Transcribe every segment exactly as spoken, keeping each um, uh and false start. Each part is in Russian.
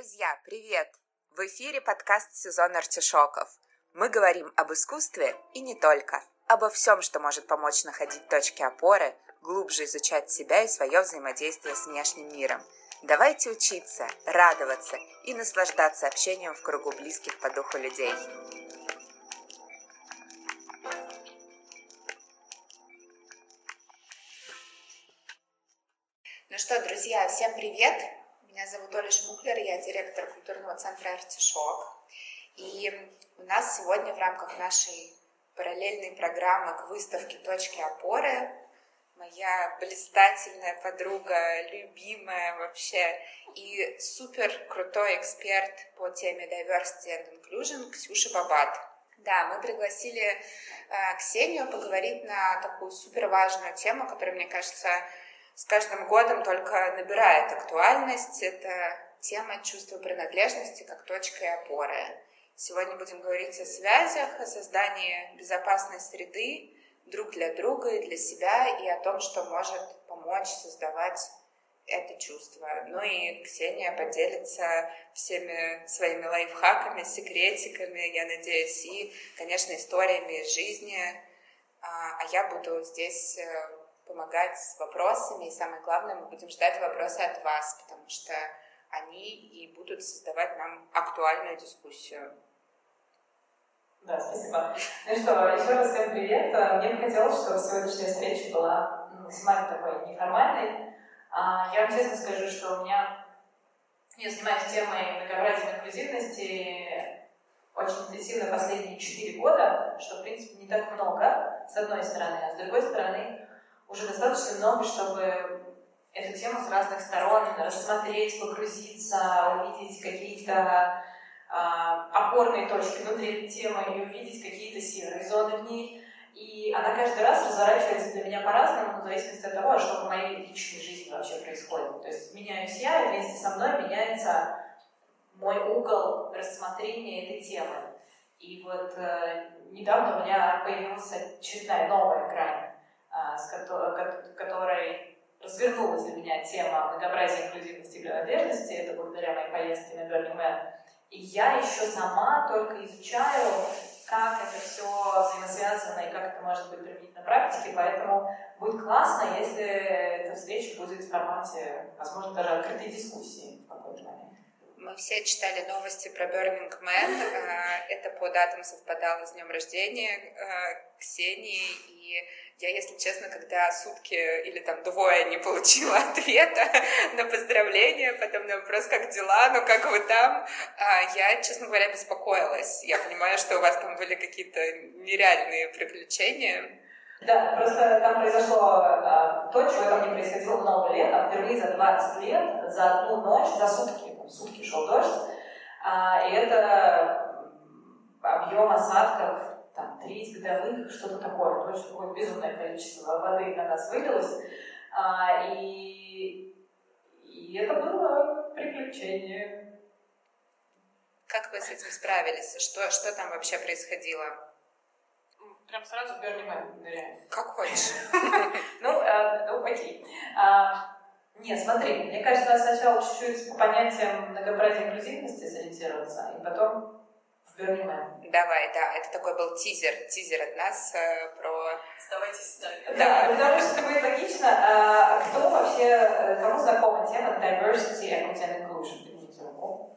Друзья, привет! В эфире подкаст «Сезон артишоков». Мы говорим об искусстве и не только. Обо всем, что может помочь находить точки опоры, глубже изучать себя и свое взаимодействие с внешним миром. Давайте учиться, радоваться и наслаждаться общением в кругу близких по духу людей. Ну что, друзья, всем привет! Меня зовут Оля Шмуклер, я директор культурного центра «Артишок». И у нас сегодня в рамках нашей параллельной программы к выставке «Точки опоры» моя блистательная подруга, любимая вообще и супер крутой эксперт по теме Diversity and Inclusion Ксюша Бабат. Да, мы пригласили э, Ксению поговорить на такую супер важную тему, которая, мне кажется, с каждым годом только набирает актуальность. Это тема чувства принадлежности как точка опоры. Сегодня будем говорить о связях, о создании безопасной среды друг для друга и для себя, и о том, что может помочь создавать это чувство. Ну и Ксения поделится всеми своими лайфхаками, секретиками, я надеюсь, и, конечно, историями из жизни. А я буду здесь помогать с вопросами, и самое главное, мы будем ждать вопросы от вас, потому что они и будут создавать нам актуальную дискуссию. Да, спасибо. Ну что, еще раз всем привет. Мне бы хотелось, чтобы сегодняшняя встреча была максимально такой неформальной. Я вам честно скажу, что у меня... Я занимаюсь темой многообразия и инклюзивности очень интенсивно последние четыре года, что, в принципе, не так много, с одной стороны, а с другой стороны, уже достаточно много, чтобы эту тему с разных сторон рассмотреть, погрузиться, увидеть какие-то э, опорные точки внутри этой темы и увидеть какие-то сильные зоны в ней. И она каждый раз разворачивается для меня по-разному, в зависимости от того, что в моей личной жизни вообще происходит. То есть меняюсь я, и вместе со мной меняется мой угол рассмотрения этой темы. И вот э, недавно у меня появилась очередная новая грань, с которой развернулась для меня тема многообразия, инклюзивности и принадлежности. Это благодаря моей поездке на Burning Man. И я еще сама только изучаю, как это все взаимосвязано и как это может быть применить на практике. Поэтому будет классно, если эта встреча будет в формате, возможно, даже открытой дискуссии в какой-то момент. Мы все читали новости про Burning Man. Это по датам совпадало с днем рождения Ксении. И я, если честно, когда сутки или там двое не получила ответа на поздравления, потом на вопрос, как дела, ну как вы там, я, честно говоря, беспокоилась. Я понимаю, что у вас там были какие-то нереальные приключения. Да, просто там произошло а, то, чего там не происходило много лет, а впервые за двадцать лет, за одну ночь, за сутки, там, сутки шел дождь, а, и это объем осадков, там, треть годовых, что-то такое, точно такое безумное количество воды на нас вылилось, а, и, и это было приключение. Как вы с этим справились? Что, что там вообще происходило? Прям сразу в Burning Man ныряем. Как хочешь. Ну, ну, окей. Нет, смотри, мне кажется, надо сначала чуть-чуть по понятиям многообразия и инклюзивности сориентироваться, и потом в Burning Man. Давай, да, это такой был тизер, тизер от нас э, про... Оставайтесь с нами. Да, потому что это будет логично. А кто вообще, кому знакома тема Diversity, Equity and Inclusion? Поднимите руку.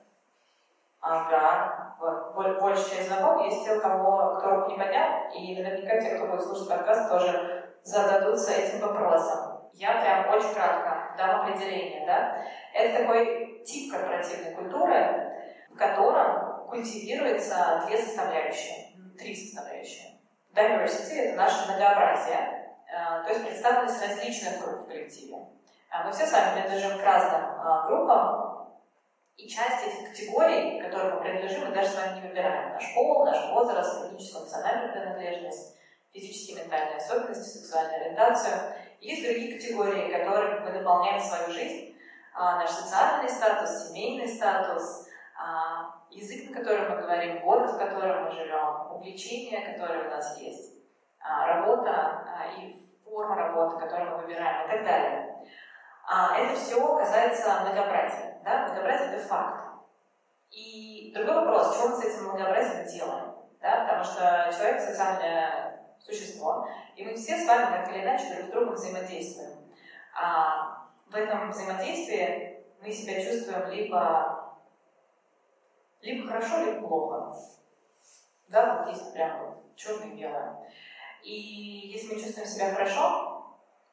Ага. Вот. Большая часть знакомых, есть те, кого, кто руку не поднял, и наверняка те, кто будет слушать подкаст, тоже зададутся этим вопросом. Я прям очень кратко дам определение. Да? Это такой тип корпоративной культуры, в котором культивируется две составляющие, три составляющие. Diversity — это наше многообразие, то есть представленность различных групп в коллективе. Мы все с вами принадлежим к разным группам, и часть этих категорий, к которым мы принадлежим, мы даже с вами не выбираем. Наш пол, наш возраст, этническую, национальную принадлежность, физические и ментальные особенности, сексуальную ориентацию. Есть другие категории, которыми мы наполняем свою жизнь. Наш социальный статус, семейный статус, язык, на котором мы говорим, город, в котором мы живем, увлечения, которые у нас есть, работа и форма работы, которую мы выбираем, и так далее. Это все касается многообразия. Да? Многообразие — это факт. И другой вопрос, что мы с этим многообразием делаем? Да? Потому что человек — социальное существо, и мы все с вами так или иначе друг с другом взаимодействуем. А в этом взаимодействии мы себя чувствуем либо, либо хорошо, либо плохо. Да, вот есть прям вот черное и белое. И если мы чувствуем себя хорошо,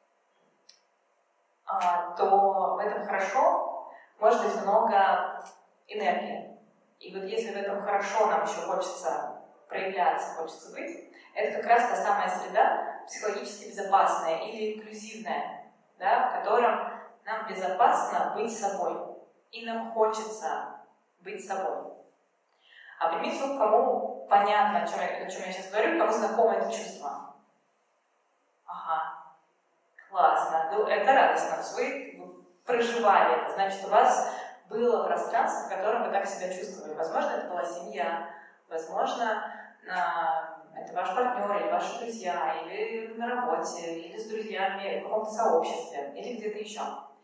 то в этом хорошо может быть много энергии. И вот если в этом хорошо нам еще хочется проявляться, хочется быть, это как раз та самая среда психологически безопасная или инклюзивная, да, в котором нам безопасно быть собой. И нам хочется быть собой. А поднимите руку, кому понятно, о чем, я, о чем я сейчас говорю, кому знакомо это чувство. Ага, классно. Ну, это радостно. Вы проживали это. Значит, у вас было пространство, в котором вы так себя чувствовали. Возможно, это была семья, возможно, это ваш партнер, или ваши друзья, или на работе, или с друзьями в каком-то сообществе, или где-то еще.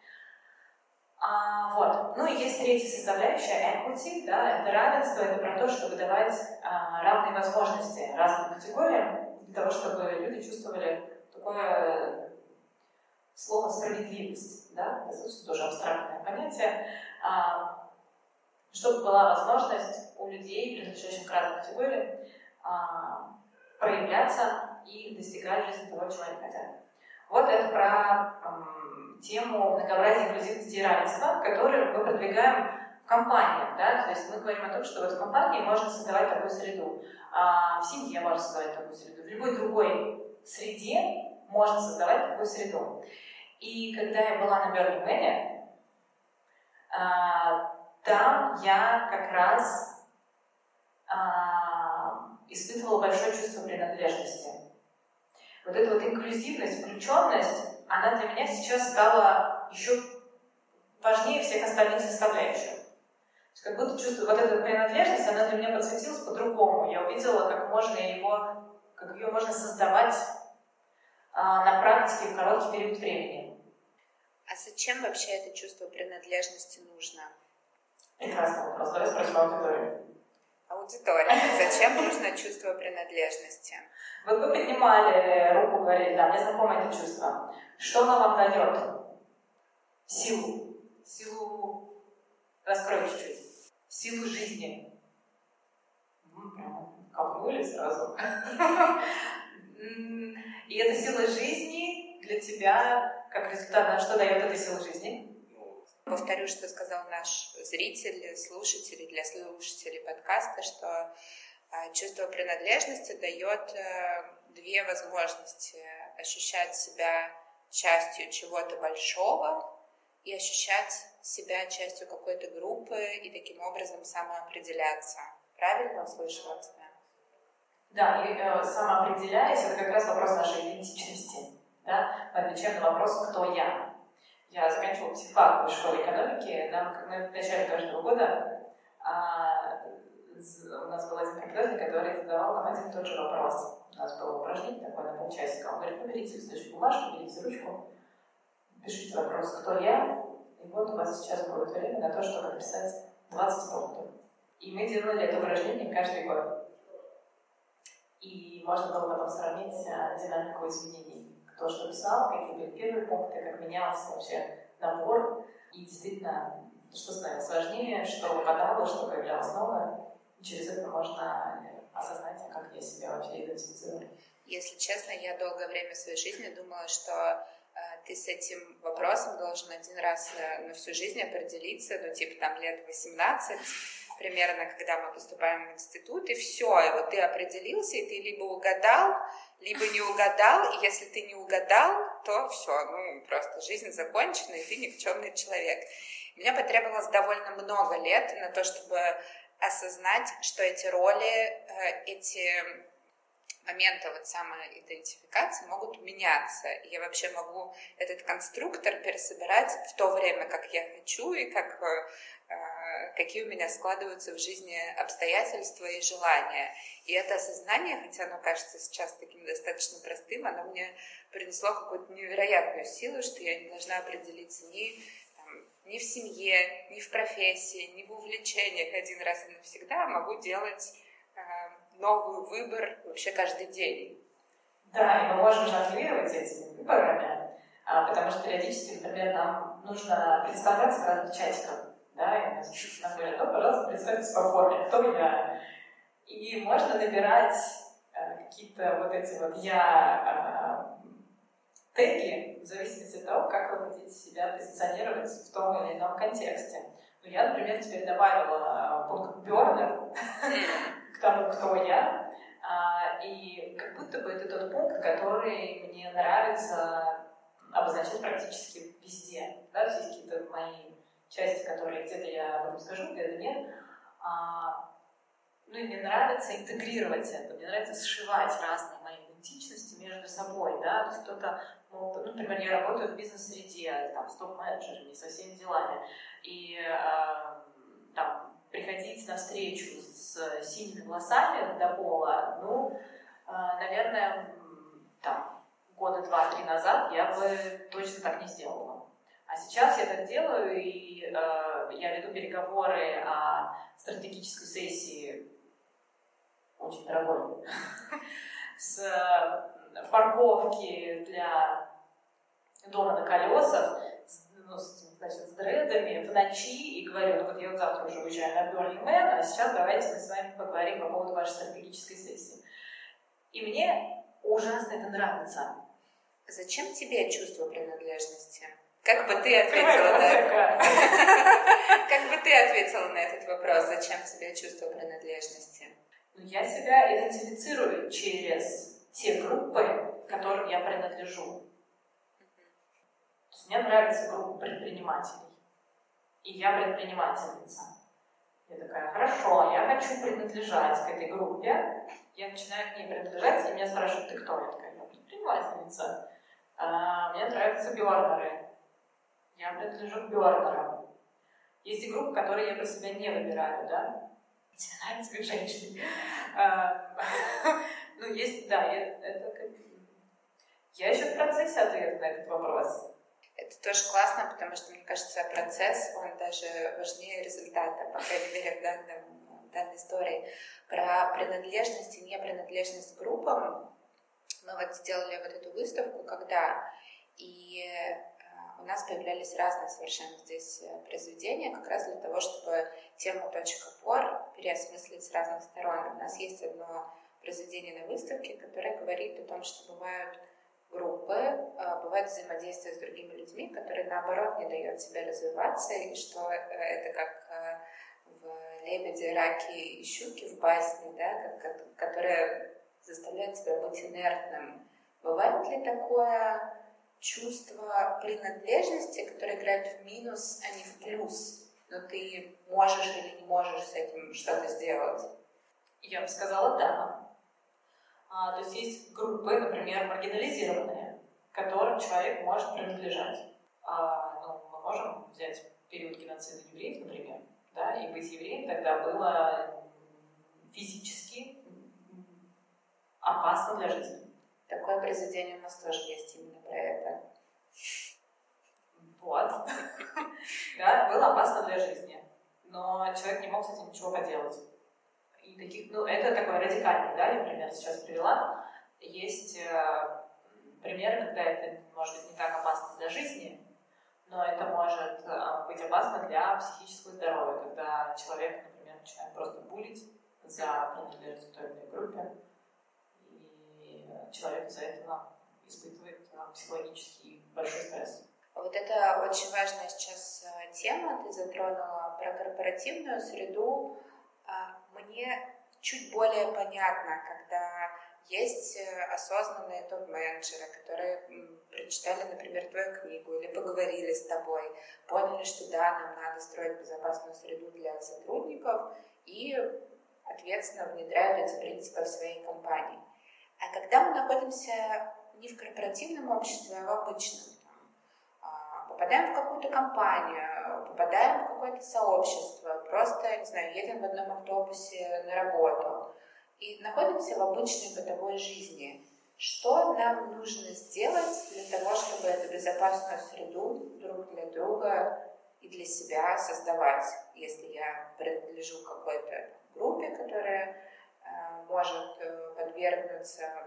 А, вот. Ну и есть третья составляющая, equity, да, это равенство, это про то, чтобы давать а, равные возможности разным категориям, для того, чтобы люди чувствовали такое слово справедливость, да, это тоже абстрактное понятие, а, чтобы была возможность у людей, принадлежащих к разным категориям, а, проявляться и достигать в жизни того, чего они хотят. Вот это про м, тему многообразия, инклюзивности и равенства, которую мы продвигаем в компаниях. Да? То есть мы говорим о том, что вот в компании можно создавать такую среду, а в семье можно создавать такую среду, в любой другой среде можно создавать такую среду. И когда я была на Burning Man, а, там я как раз а, испытывала большое чувство принадлежности. Вот эта вот инклюзивность, включенность, она для меня сейчас стала еще важнее всех остальных составляющих. То есть как будто чувство, вот эта принадлежность, она для меня подсветилась по-другому. Я увидела, как можно его, как ее можно создавать а, на практике в короткий период времени. А зачем вообще это чувство принадлежности нужно? Прекрасный вопрос. Давай спросим аудиторию. Аудитория. Зачем нужно чувство принадлежности? Вот вы поднимали руку, говорили, да, мне знакомо это чувство. Что оно вам дает? Силу. Силу, раскрой чуть-чуть. Силу жизни. Ну, прямо копнули сразу. И эта сила жизни для тебя, как результат, что дает эта сила жизни? Повторю, что сказал наш зритель, слушатель, для слушателей подкаста, что чувство принадлежности дает две возможности: ощущать себя частью чего-то большого и ощущать себя частью какой-то группы и таким образом самоопределяться. Правильно услышала тебя? Да, и э, самоопределяясь, это как раз вопрос нашей идентичности. Да? Мы отвечаем на вопрос «Кто я?». Я заканчивала психфак в школе экономики. Нам в начале каждого года а, у нас был один преподаватель, который задавал нам один и тот же вопрос. У нас было упражнение такое на полчасика. Он говорит: ну, берите листочек бумажки, берите ручку, пишите вопрос «Кто я?». И вот у вас сейчас будет время на то, чтобы написать двадцать пунктов. И мы делали это упражнение каждый год. И можно было потом сравнить динамику изменений. Кто что писал, какие были первые пункты, как менялся вообще набор. И действительно, что становилось сложнее, что выпадало, что появлялось новое. И через это можно осознать, как я себя вообще идентифицирую. Если честно, я долгое время в своей жизни думала, что э, ты с этим вопросом должен один раз э, на всю жизнь определиться, ну, типа там лет восемнадцать, примерно, когда мы поступаем в институт, и все, и вот ты определился, и ты либо угадал, либо не угадал, и если ты не угадал, то все, ну, просто жизнь закончена, и ты никчемный человек. Мне потребовалось довольно много лет на то, чтобы осознать, что эти роли, эти моменты вот самоидентификации могут меняться. И я вообще могу этот конструктор пересобирать в то время, как я хочу, и как, какие у меня складываются в жизни обстоятельства и желания. И это осознание, хотя оно кажется сейчас таким достаточно простым, оно мне принесло какую-то невероятную силу, что я не должна определиться ни, там, ни в семье, ни в профессии, ни в увлечениях один раз и навсегда, а могу делать э, новый выбор вообще каждый день. Да, и мы можем жонглировать этими выборами, а, потому что периодически, например, нам нужно представляться в разных чатиках, да, и нас говорят, ну, пожалуйста, представьтесь по форме, кто я. И можно набирать а, какие-то вот эти вот я а, теги в зависимости от того, как вы хотите себя позиционировать в том или ином контексте. Ну, я, например, теперь добавила пункт burner к тому, кто я. Uh, и как будто бы это тот пункт, который мне нравится обозначать практически везде. Да? То есть есть какие-то мои части, которые где-то я об этом скажу, где-то нет. Uh, ну и мне нравится интегрировать это, мне нравится сшивать разные мои идентичности между собой. Да? То есть кто-то, ну, например, я работаю в бизнес-среде, там, с топ-менеджерами, со всеми делами. И uh, там, приходить на встречу с синими волосами до пола, ну, наверное, там, года два-три назад я бы точно так не сделала. А сейчас я так делаю, и э, я веду переговоры о стратегической сессии, очень дорогой, с парковки для дома на колесах, ну, значит, с дредами в ночи и говорю, ну вот я вот завтра уже уезжаю на Burning Man, а сейчас давайте мы с вами поговорим по поводу вашей стратегической сессии. И мне ужасно это нравится. Зачем тебе чувство принадлежности? Как бы ты ответила на Как бы ты ответила на этот вопрос? Зачем тебе чувство принадлежности? Ну, я себя идентифицирую через те группы, которым я принадлежу. Мне нравится группа предпринимателей. И я предпринимательница. Я такая, хорошо, я хочу принадлежать к этой группе. Я начинаю к ней принадлежать, и меня спрашивают, ты кто? Я такая, я предпринимательница. А, мне нравятся бёрнеры. Я принадлежу к бёрнерам. Есть и группы, которые я про себя не выбираю, да? Тебе нравятся как женщины. Ну, есть, да, это как... Я еще в процессе ответа на этот вопрос. Это тоже классно, потому что, мне кажется, процесс, он даже важнее результата, по крайней мере, в, данном, в данной истории. Про принадлежность и непринадлежность к группам мы вот сделали вот эту выставку, когда и у нас появлялись разные совершенно здесь произведения, как раз для того, чтобы тему точек опор переосмыслить с разных сторон. У нас есть одно произведение на выставке, которое говорит о том, что бывают группы, бывает взаимодействие с другими людьми, которые, наоборот, не дают себе развиваться, и что это как в «Лебеде, раке и щуке» в басне, да, как, которая заставляет тебя быть инертным. Бывает ли такое чувство принадлежности, которое играет в минус, а не в плюс? Но ты можешь или не можешь с этим что-то сделать? Я бы сказала «да». А, то есть есть группы, например, маргинализированные, которым человек может принадлежать. А, ну, мы можем взять период геноцида евреев, например, да, и быть евреем тогда было физически опасно для жизни. Такое произведение у нас тоже есть именно про это. Вот. Да, было опасно для жизни, но человек не мог с этим ничего поделать. И таких, ну, это такой радикальный, да, я пример сейчас привела. Есть э, примеры, когда это может быть не так опасно для жизни, но это может э, быть опасно для психического здоровья, когда человек, например, начинает просто булить за принадлежность к той или иной группе, и человек из-за этого испытывает э, психологический большой стресс. Вот это очень важная сейчас тема, ты затронула про корпоративную среду. Мне чуть более понятно, когда есть осознанные топ-менеджеры, которые прочитали, например, твою книгу или поговорили с тобой, поняли, что да, нам надо строить безопасную среду для сотрудников и ответственно внедряют эти принципы в своей компании. А когда мы находимся не в корпоративном обществе, а в обычном, попадаем в какую-то компанию, попадаем в какое-то сообщество, просто, не знаю, едем в одном автобусе на работу и находимся в обычной бытовой жизни. Что нам нужно сделать для того, чтобы эту безопасную среду друг для друга и для себя создавать, если я принадлежу какой-то группе, которая э, может э, подвергнуться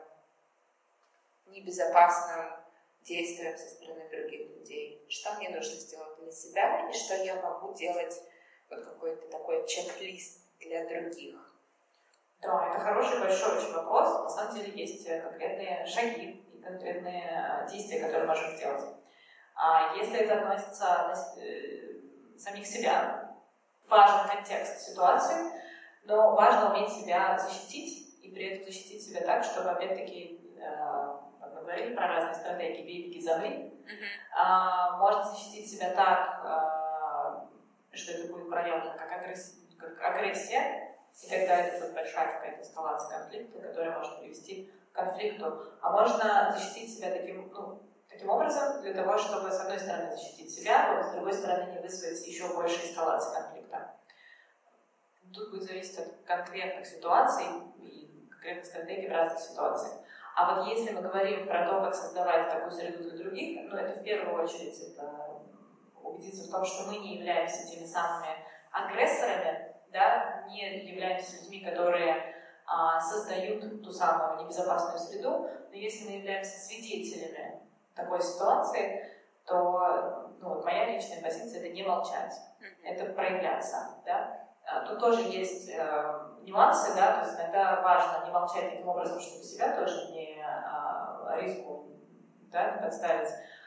небезопасным действиям со стороны других людей. Что мне нужно сделать для себя и что я могу делать, вот какой-то такой чек-лист для других. Да, это хороший большой очень вопрос. На самом деле есть конкретные шаги и конкретные действия, которые можем сделать. А если это относится на самих себя, важен контекст ситуации, но важно уметь себя защитить и при этом защитить себя так, чтобы, опять-таки, как мы говорили про разные стратегии, бей, беги, замри, mm-hmm. можно защитить себя так, что это будет проявлено как агрессия, как агрессия, и тогда это будет большая какая-то эскалация конфликта, которая может привести к конфликту. А можно защитить себя таким, ну, таким образом, для того, чтобы, с одной стороны, защитить себя, а с другой стороны, не вызвать еще больше эскалации конфликта. Тут будет зависеть от конкретных ситуаций и конкретных стратегий в разных ситуациях. А вот если мы говорим про то, как создавать такую среду для других, ну, это в первую очередь это убедиться в том, что мы не являемся теми самыми агрессорами, да, не являемся людьми, которые а, создают ту самую небезопасную среду, но если мы являемся свидетелями такой ситуации, то, ну, моя личная позиция — это не молчать, mm-hmm. это проявляться, да. Тут тоже есть э, нюансы, да, то есть иногда важно не молчать таким образом, чтобы себя тоже не э, риску, да, не подставить,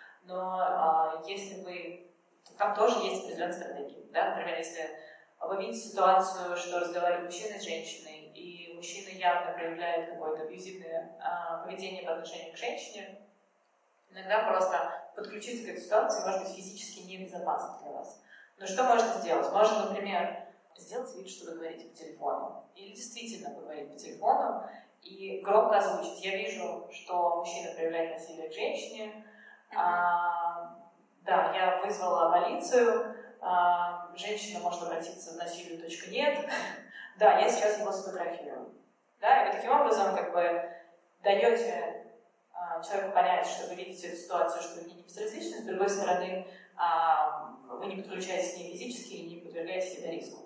но э, если вы, там тоже есть определенные стратегии, да, например, если вы видите ситуацию, что разговаривает мужчина с женщиной, и мужчина явно проявляет какое-то абьюзивное э, поведение по отношению к женщине, иногда просто подключиться к этой ситуации может быть физически небезопасно для вас. Но что можно сделать? Можно, например, сделать вид, что вы говорите по телефону. Или действительно поговорить по телефону и громко озвучить. Я вижу, что мужчина проявляет насилие к женщине. Mm-hmm. А, да, я вызвала полицию. А, женщина может обратиться в насилию точка нет. Да, я сейчас его сфотографирую. Да, и вы таким образом как бы даете а, человеку понять, что вы видите эту ситуацию, что вы не безразличны. С другой стороны, а, вы не подключаетесь к ней физически и не подвергаете себя риску.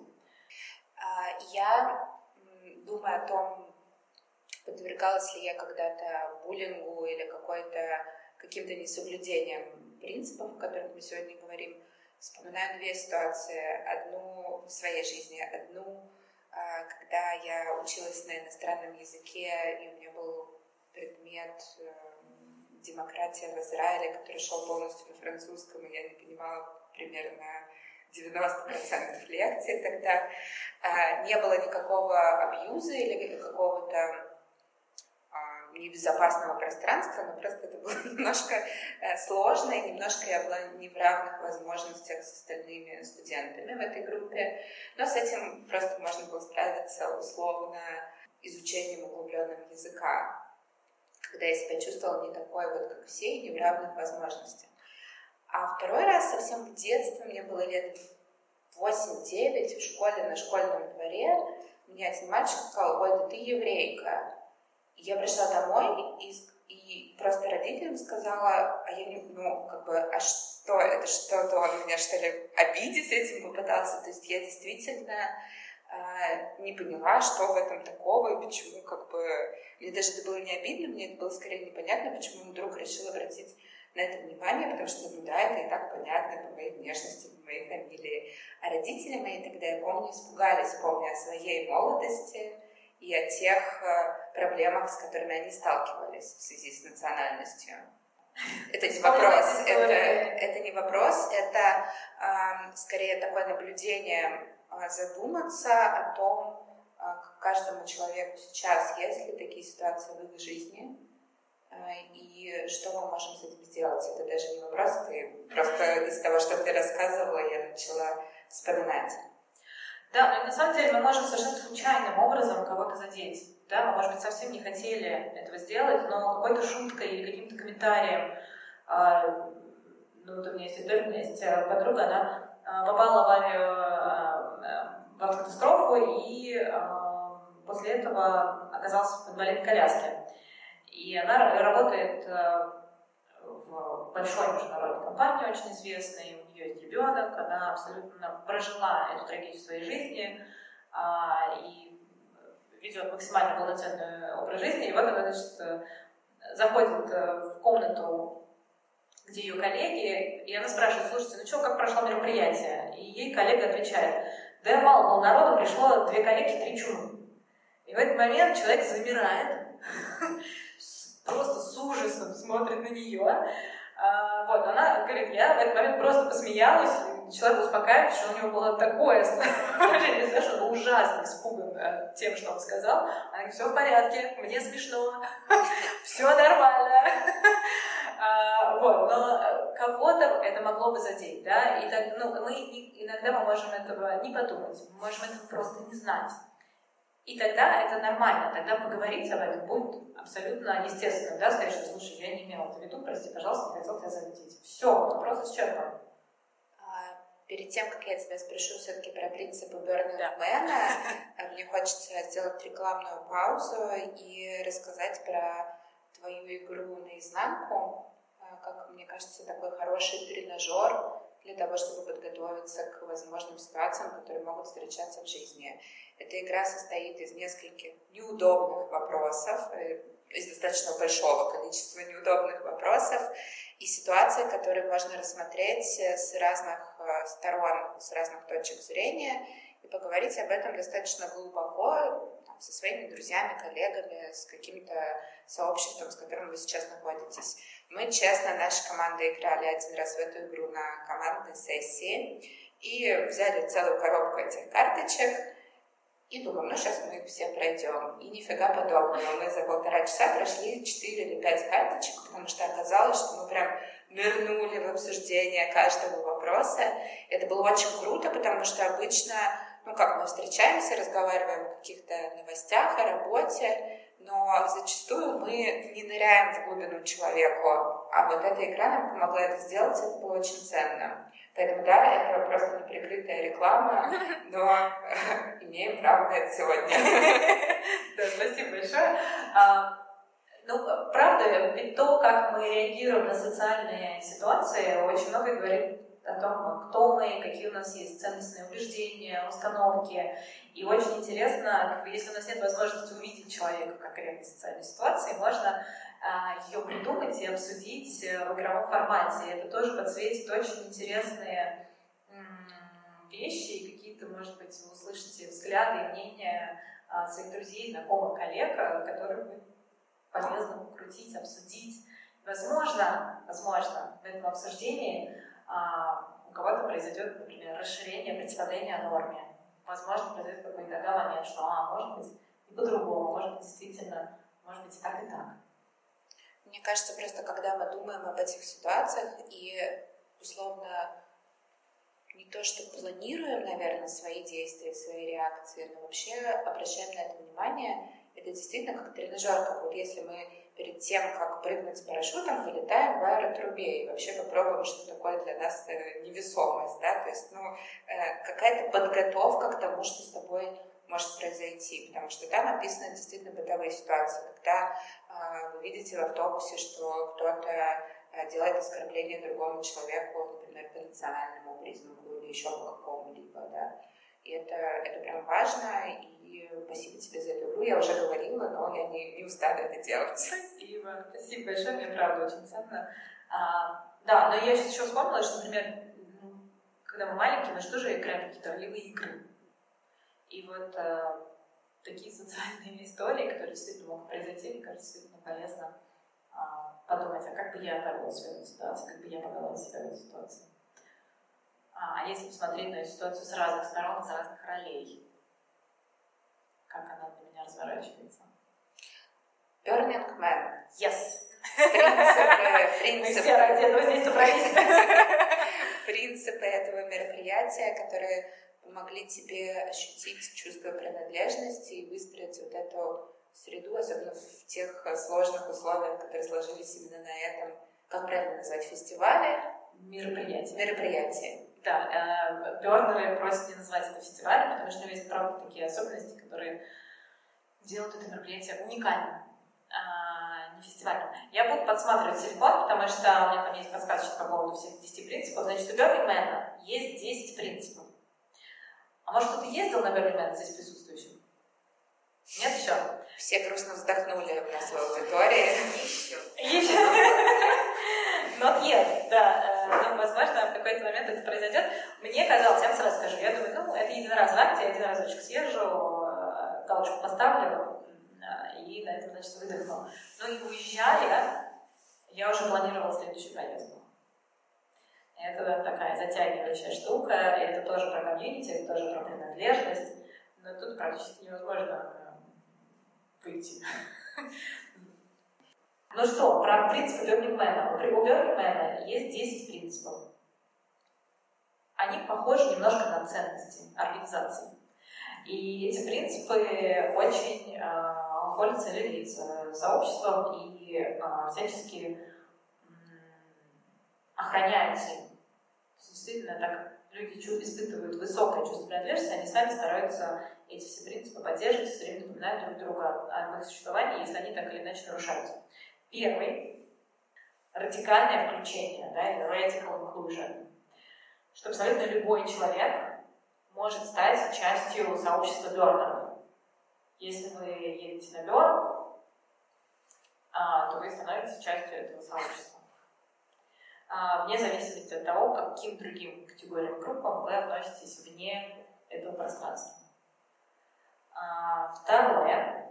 Я думаю о том, подвергалась ли я когда-то буллингу или какой-то, каким-то несоблюдением принципов, о которых мы сегодня говорим. Вспоминаю две ситуации. Одну в своей жизни, одну, когда я училась на иностранном языке, и у меня был предмет демократия в Израиле, который шел полностью на французском, и я не понимала примерно девяносто процентов лекций тогда. А, не было никакого абьюза или какого-то а, небезопасного пространства, но просто это было немножко а, сложно, и немножко я была не в равных возможностях с остальными студентами в этой группе. Но с этим просто можно было справиться условно изучением углубленным языка, когда я себя чувствовала не такой вот, как все, и не в равных возможностях. А второй раз, совсем в детстве, мне было лет восемь-девять, в школе, на школьном дворе, мне один мальчик сказал: ой, да ты еврейка. И я пришла домой и, и просто родителям сказала, а я не, ну, как бы, а что, это что-то, он меня, что ли, обидеть этим попытался? То есть я действительно э, не поняла, что в этом такого, и почему, как бы, мне даже это было не обидно, мне это было скорее непонятно, почему он вдруг решил обратить на это внимание, потому что, ну да, это и так понятно по моей внешности, по моей фамилии. А родители мои тогда, я помню, испугались, помня о своей молодости и о тех э, проблемах, с которыми они сталкивались в связи с национальностью. Это не вопрос, это, это не вопрос, это э, скорее такое наблюдение, э, задуматься о том, э, к каждому человеку сейчас, есть ли такие ситуации в их жизни, и что мы можем с этим сделать. Это даже не вопрос, ты просто из того, что ты рассказывала, я начала вспоминать. Да, но на самом деле мы можем совершенно случайным образом кого-то задеть. Да? Мы, может быть, совсем не хотели этого сделать, но какой-то шуткой или каким-то комментарием, э, ну вот у меня есть история, у меня есть подруга, она э, попала в авиа, э, в автокатастрофу и э, после этого оказалась в инвалидной коляске. И она работает в большой международной компании, очень известной, у нее есть ребенок, она абсолютно прожила эту трагедию в своей жизни а, и ведет максимально полноценный образ жизни. И вот она, значит, заходит в комнату, где ее коллеги, и она спрашивает: слушайте, ну что, как прошло мероприятие? И ей коллега отвечает: да мало было народу, пришло две коллеги, три чумы. И в этот момент человек замирает, просто с ужасом смотрит на нее. А, вот, она говорит: я в этот момент просто посмеялась, начала его успокаивать, что у него было такое выражение, что он был ужасно испуган тем, что он сказал. Она говорит: все в порядке, мне смешно, все нормально. А, вот, но кого-то это могло бы задеть, да, и так, ну, мы иногда мы можем этого не подумать, мы можем этого просто не знать. И тогда это нормально, тогда поговорить об этом будет абсолютно естественно, да, сказать, что, слушай, я не имела это в виду, прости, пожалуйста, не хотел тебя задеть. Все, вопрос исчерпан. Перед тем, как я тебя спрошу все-таки про принципы Бернингмена, мне хочется сделать рекламную паузу и рассказать про твою игру наизнанку, как мне кажется, такой хороший тренажер для того, чтобы подготовиться к возможным ситуациям, которые могут встречаться в жизни. Эта игра состоит из нескольких неудобных вопросов, из достаточно большого количества неудобных вопросов и ситуаций, которые можно рассмотреть с разных сторон, с разных точек зрения и поговорить об этом достаточно глубоко там, со своими друзьями, коллегами, с каким-то сообществом, с которым вы сейчас находитесь. Мы, честно, наша команда играли один раз в эту игру на командной сессии и взяли целую коробку этих карточек и думаем, ну сейчас мы их все пройдем. И нифига подобного. Мы за полтора часа прошли четыре или пять карточек, потому что оказалось, что мы прям нырнули в обсуждение каждого вопроса. Это было очень круто, потому что обычно, ну как, мы встречаемся, разговариваем о каких-то новостях, о работе, но зачастую мы не ныряем в глубину человеку, а вот эта игра нам помогла это сделать, это было очень ценно. Поэтому да, это просто неприкрытая реклама, но имеем право на это сегодня. Да, спасибо большое. Ну, правда, ведь то, как мы реагируем на социальные ситуации, очень много говорит о том, кто мы, какие у нас есть ценностные убеждения, установки. И очень интересно, если у нас нет возможности увидеть человека в конкретной социальной ситуации, можно а, ее придумать и обсудить в игровом формате. Это тоже подсветит очень интересные м- вещи, и какие-то, может быть, вы услышите взгляды и мнения а, своих друзей, знакомых, коллег, которые будет полезно покрутить, обсудить. Возможно, возможно, в этом обсуждении а, у кого-то произойдет, например, расширение представления о норме. Возможно, произойдет какой-то тогда момент, что, а, может быть, и по-другому, может быть, действительно, может быть, и так, и так. Мне кажется, просто когда мы думаем об этих ситуациях и, условно, не то что планируем, наверное, свои действия, свои реакции, но вообще обращаем на это внимание, это действительно как тренажер, как вот если мы перед тем, как прыгнуть с парашютом, вылетаем в аэротрубе и вообще попробуем, что такое для нас невесомость, да, то есть, ну, какая-то подготовка к тому, что с тобой может произойти, потому что там описаны действительно бытовые ситуации, когда э, вы видите в автобусе, что кто-то э, делает оскорбление другому человеку, например, по национальному признаку или еще по какому-либо, да, и это, это прям важно, и спасибо тебе за эту игру, я уже говорила, но я не, не устану это делать. Спасибо, спасибо большое, мне правда очень ценно. А, да, но я сейчас еще вспомнила, что, например, когда мы маленькие, мы же тоже играем в какие-то ролевые игры. И вот а, такие социальные истории, которые действительно могут произойти, мне кажется, действительно полезно а, подумать, а как бы я повела себя в этой ситуации, как бы я повела себя в этой ситуации. А если посмотреть на эту ситуацию с разных сторон, с разных ролей, как она для меня разворачивается? Burning Man. Yes! Принципы, принципы. Мы все ради этого здесь собрались. Принципы этого мероприятия, которые помогли тебе ощутить чувство принадлежности и выстроить вот эту среду, особенно в тех сложных условиях, которые сложились именно на этом, как правильно назвать, фестивале? Мероприятие. Мероприятие. Да, Бернеры просят не называть это фестивалем, потому что есть, правда, такие особенности, которые делают это мероприятие уникальным. а, не фестивальном. Я буду подсматривать телефон, потому что у меня там есть подсказочка по поводу всех десяти принципов. Значит, у Burning Man есть десять принципов. А может, кто-то ездил на Burning Man здесь присутствующим? Нет еще? Все грустно вздохнули у нас в аудитории. Еще. Еще. Not yet, да. Ну, возможно, в какой-то момент это произойдет. Мне казалось, я вам сразу скажу, я думаю, ну, это единоразовая акция, я один разочек съезжу, галочку поставлю, и на этом, значит, выдохну. Ну и уезжая, я уже планировала следующую поездку. Это такая затягивающая штука, и это тоже про комьюнити, это тоже про принадлежность, но тут практически невозможно выйти. Ну что, про принципы Burning Man. У Burning Man есть десять принципов. Они похожи немножко на ценности организации. И эти принципы очень э, ходят целиться сообществом и э, всячески э, охраняются им. Действительно, так люди испытывают высокое чувство принадлежности, они сами стараются эти все принципы поддерживать, все время напоминают друг другу о их существовании, если они так или иначе нарушаются. Первый — радикальное включение, да, или radical inclusion, что абсолютно любой человек может стать частью сообщества бёрнеров. Если вы едете на бёрн, то вы становитесь частью этого сообщества. Вне зависимости от того, к каким другим категориям, группам вы относитесь вне этого пространства. Второе.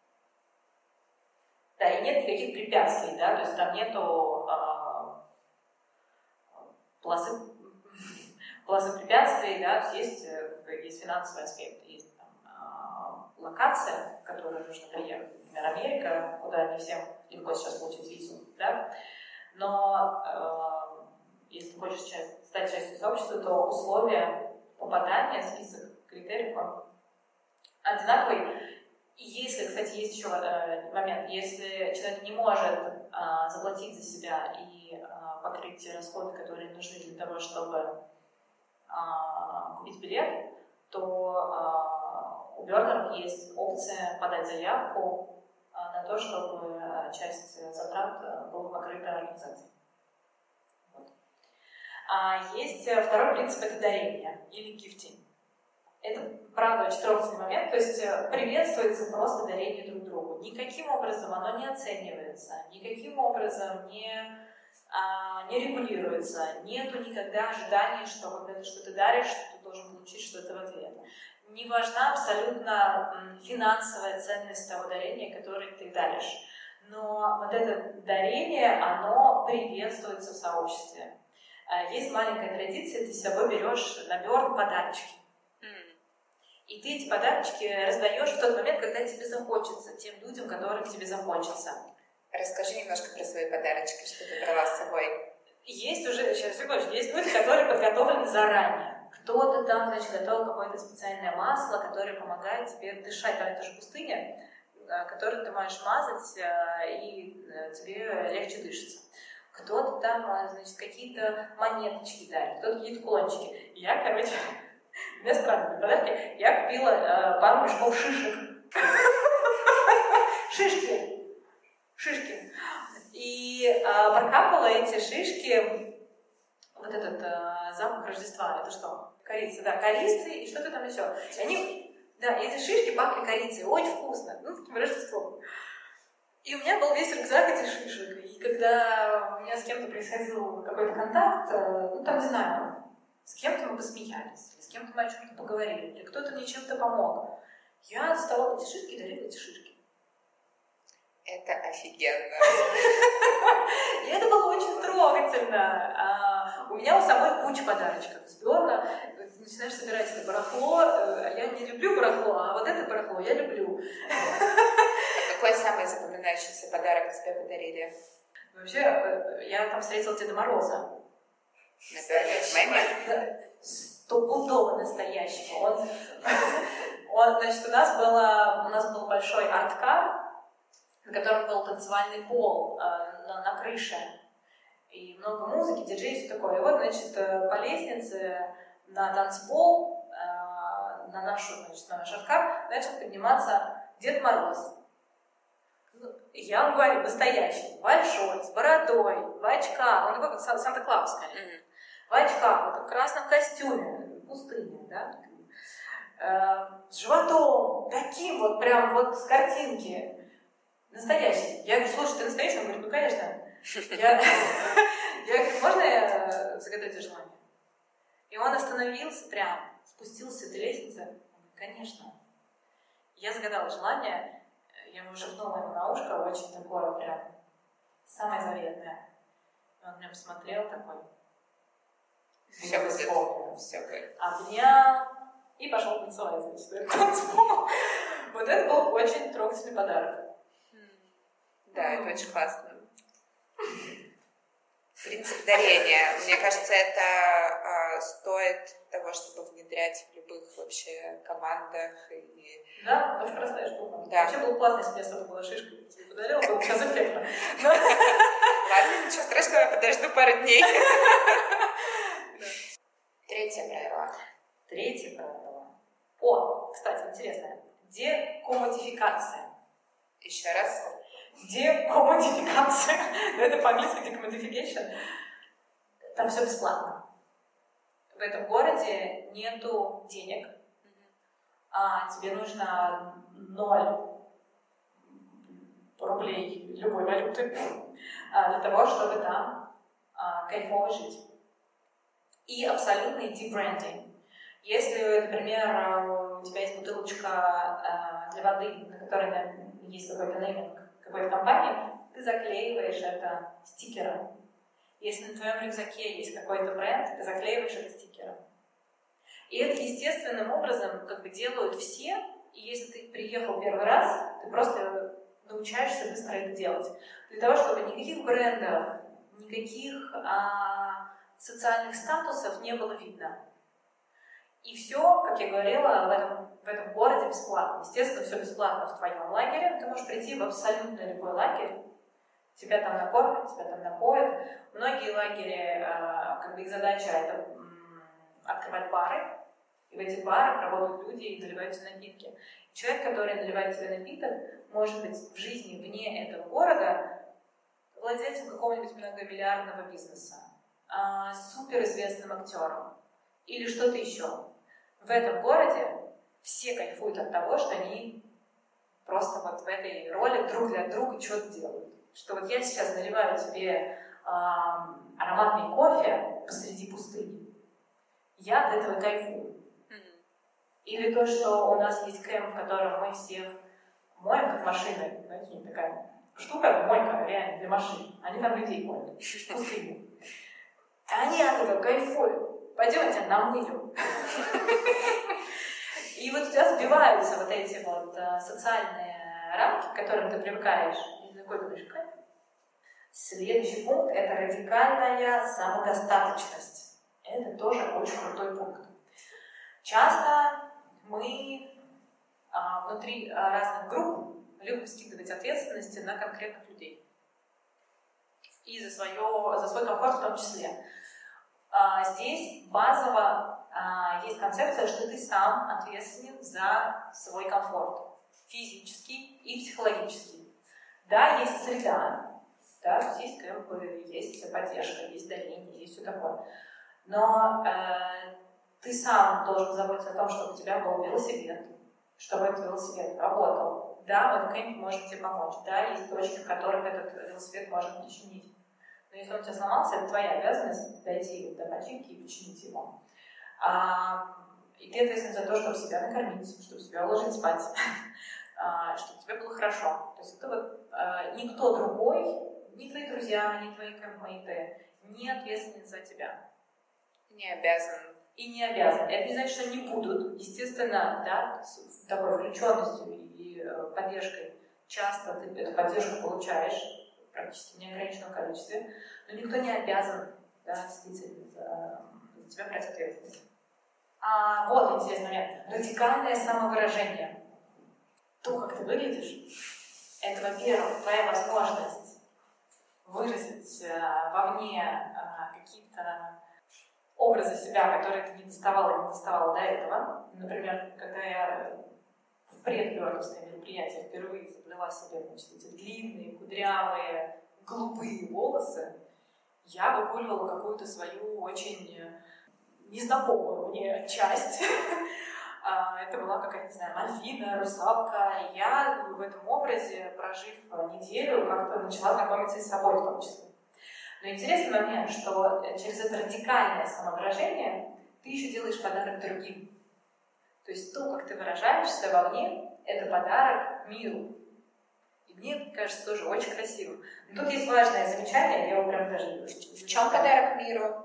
Да, и нет никаких препятствий, да, то есть там нету а, полосы, полосы препятствий, да, то есть есть, есть финансовый аспект, есть там, а, локация, в которую нужно приехать, например, Америка, куда не всем легко сейчас получить визу, да, но а, если ты хочешь часть, стать частью сообщества, то условия попадания, список критериев одинаковый. И если, кстати, есть еще э, момент, если человек не может э, заплатить за себя и э, покрыть те расходы, которые нужны для того, чтобы э, купить билет, то э, у бёрнеров есть опция подать заявку э, на то, чтобы часть затрат была покрыта организацией. Вот. А есть второй принцип — это дарение или gifting. Это, правда, очень трогательный момент, то есть приветствуется просто дарение друг другу. Никаким образом оно не оценивается, никаким образом не, а, не регулируется. Нету никогда ожиданий, что когда ты что-то даришь, что ты должен получить что-то в ответ. Не важна абсолютно финансовая ценность того дарения, которое ты даришь. Но вот это дарение, оно приветствуется в сообществе. Есть маленькая традиция, ты с собой берешь на бёрн подарочки. И ты эти подарочки раздаешь в тот момент, когда тебе захочется, тем людям, которым тебе захочется. Расскажи немножко про свои подарочки, что ты брала с собой. Есть уже, сейчас, секундочку, есть люди, которые подготовлены заранее. Кто-то там, значит, готовил какое-то специальное масло, которое помогает тебе дышать. Там это же пустыня, которую ты можешь мазать, и тебе легче дышится. Кто-то там, значит, какие-то монеточки дарит, кто-то какие-то кулончики. Я, короче... Две странные подарки. Я купила э, пару мешков шишек. Шишки. Шишки. И э, прокапала эти шишки, вот этот э, запах Рождества. Это что? Корица, да, корицы и что-то там еще. И они, да, эти шишки пахли корицей. Очень вкусно. Ну, таким Рождеством. И у меня был весь рюкзак этих шишек. И когда у меня с кем-то происходил какой-то контакт, э, ну, там, не знаю, с кем-то мы посмеялись, с кем-то мы о чем-то поговорили, или кто-то мне чем-то помог. Я доставала эти шишки и дарила эти шишки. Это офигенно. И это было очень трогательно. А у меня у самой куча подарочков из бёрна. Ты начинаешь собирать это барахло. А я не люблю барахло, а вот это барахло я люблю. А какой самый запоминающийся подарок тебе подарили? Вообще, я там встретила Деда Мороза. Настоящего? Стопудово настоящего. Он, он, значит, у нас, было, у нас был большой арт-кар, на котором был танцевальный пол э, на, на крыше. И много музыки, диджей, все такое. И вот, значит, по лестнице на танцпол, э, на, нашу, значит, на наш арт-кар начал подниматься Дед Мороз. я говорю, настоящий, большой, с бородой, в очках, он такой, как Санта-Клаус, конечно, mm-hmm. в очках, вот, в красном костюме, пустыня, да, э, с животом, таким вот, прям вот с картинки, настоящий. Я говорю, слушай, ты настоящий? Он говорит, ну, конечно. Я, я говорю, можно я загадаю тебе желание? И он остановился прям, спустился с этой лестницы. Он говорит, конечно. Я загадала желание, я ему шепнула ему на ушко, очень такое прям, самое заветное. И он меня посмотрел такой. Все будет, все будет. Обнял и пошел танцевать, значит, танцевал. Вот это был очень трогательный подарок. Да, mm. это очень классно. Принцип дарения. Мне кажется, это э, стоит того, чтобы внедрять в любых вообще командах. И... Да, очень простая штука. Да. Вообще было классно, если мне что-то была шишка, я тебе подарила, было сейчас эффектно. Ладно, ничего страшного, я подожду пару дней. Третье правило. Третье правило. О, кстати, интересно. Декомодификация. Еще раз. Декомодификация. Но это по-английски decommodification. Там все бесплатно. В этом городе нету денег. А тебе нужно ноль рублей любой валюты для того, чтобы там кайфово жить. И абсолютный дебрендинг. Если, например, у тебя есть бутылочка для воды, на которой есть какой-то нейминг какой-то компании, ты заклеиваешь это стикером. Если на твоем рюкзаке есть какой-то бренд, ты заклеиваешь это стикером. И это естественным образом как бы делают все, и если ты приехал первый раз, ты просто научаешься быстро это делать. Для того, чтобы никаких брендов, никаких а, социальных статусов не было видно. И все, как я говорила, в этом, в этом городе бесплатно. Естественно, все бесплатно в твоем лагере. Ты можешь прийти в абсолютно любой лагерь. Тебя там накормят, тебя там напоят. Многие лагеря, как бы их задача это открывать бары. И в этих барах работают люди и наливают тебе напитки. Человек, который наливает тебе напиток, может быть в жизни вне этого города владельцем какого-нибудь многомиллиардного бизнеса, суперизвестным актером или что-то еще. В этом городе все кайфуют от того, что они просто вот в этой роли друг для друга что-то делают. Что вот я сейчас наливаю тебе э, ароматный кофе посреди пустыни. Я от этого кайфую. Mm-hmm. Или то, что у нас есть кэмп, в котором мы всех моем как машины. Знаете, такая штука, мойка реально для машин. Они там людей моют в пустыне. Они от этого кайфуют. Пойдем, я тебя намылю. И вот у тебя сбиваются вот эти вот а, социальные рамки, к которым ты привыкаешь. И ты такой думаешь, кайф. Следующий пункт — это радикальная самодостаточность. Это тоже очень крутой пункт. Часто мы а, внутри а, разных групп любим скидывать ответственности на конкретных людей. И за, свое, за свой комфорт в том числе. А, здесь базово а, есть концепция, что ты сам ответственен за свой комфорт. Физический и психологический. Да, есть среда, да, есть кэмпы, есть поддержка, есть дарение, есть все такое. Но э, ты сам должен заботиться о том, чтобы у тебя был велосипед, чтобы этот велосипед работал. Да, мы в кемпе можем тебе помочь. Да, есть точки, в которых этот велосипед можно починить. Но если он у тебя сломался, это твоя обязанность дойти до починки и починить его. А, и ты ответственен за то, чтобы себя накормить, чтобы себя уложить спать, а, чтобы тебе было хорошо. То есть это вот а, никто другой, ни твои друзья, ни твои кэмпмейты не ответственны за тебя. Не обязан. И не обязан. Это не значит, что не будут. Естественно, да, с такой включенностью и э, поддержкой часто ты эту поддержку получаешь в практически неограниченном количестве, но никто не обязан, да, действительно за, за тебя брать ответственность. А, вот интересный момент. Радикальное самовыражение. То, как ты выглядишь, это, во-первых, твоя возможность выразить э, вовне э, какие-то образы себя, которые ты не доставала и не доставала до этого. Например, когда я в предберновское мероприятие впервые заплела себе, значит, эти длинные, кудрявые, голубые волосы, я выгуливала какую-то свою очень незнакомую мне часть. Это была какая-то, не знаю, мальвина, русалка. И я в этом образе, прожив неделю, как-то начала знакомиться и с собой в том числе. Но интересный момент, что через это радикальное самовыражение ты еще делаешь подарок другим. То есть то, как ты выражаешься во мне, это подарок миру. И мне кажется, тоже очень красиво. Но тут есть важное замечание, я его прям даже... В чем подарок миру?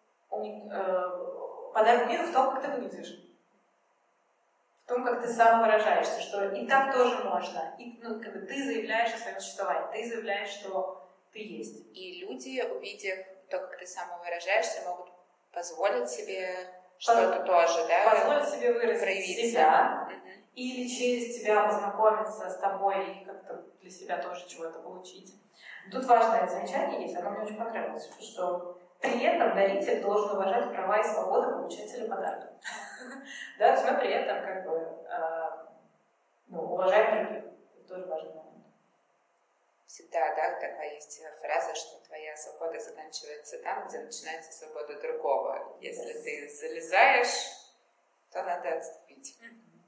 Подарок миру в том, как ты выглядишь. В том, как ты сам выражаешься, что и так тоже можно. И, ну, как бы ты заявляешь о своем существовании, ты заявляешь, что ты есть. И люди, увидев то, как ты самовыражаешься, могут позволить себе что-то Поз... тоже, да? Позволить себе выразить проявить себя. Угу. Или через тебя познакомиться с тобой и как-то для себя тоже чего-то получить. Тут важное замечание есть, оно мне очень понравилось, что при этом даритель должен уважать права и свободы получателя подарка. Да, то есть мы при этом как бы уважаем других. Это тоже важный момент. Всегда, да, такая есть фраза, что твоя свобода заканчивается там, где начинается свобода другого. Если yes. ты залезаешь, то надо отступить. Mm-hmm.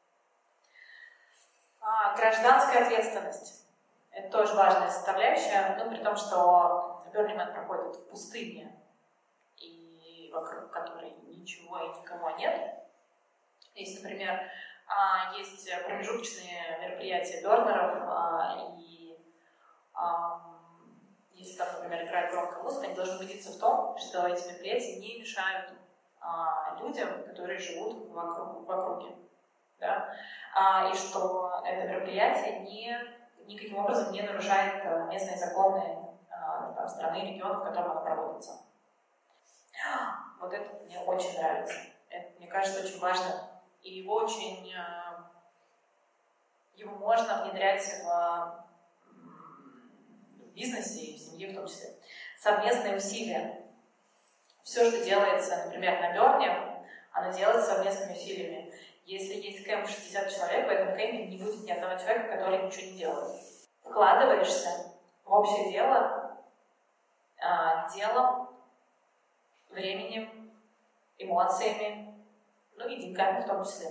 А, гражданская ответственность. Это тоже важная составляющая, ну, при том, что Burning Man проходит в пустыне, и вокруг которой ничего и никого нет. Если, например, есть промежуточные мероприятия доноров, и если там, например, играет громкая музыка, они должны убедиться в том, что эти мероприятия не мешают а, людям, которые живут вокруг, в округе. Да? А, и что это мероприятие не, никаким образом не нарушает а, местные законы а, там, страны и региона, в котором оно проводится. Вот это мне очень нравится. Это, мне кажется, очень важно. И его очень... А, его можно внедрять в... в бизнесе и в семье в том числе. Совместные усилия. Все, что делается, например, на Берне, оно делается совместными усилиями. Если есть кэмп шестьдесят человек, в этом кэмпе не будет ни одного человека, который ничего не делает. Вкладываешься в общее дело делом, временем, эмоциями, ну и деньгами в том числе.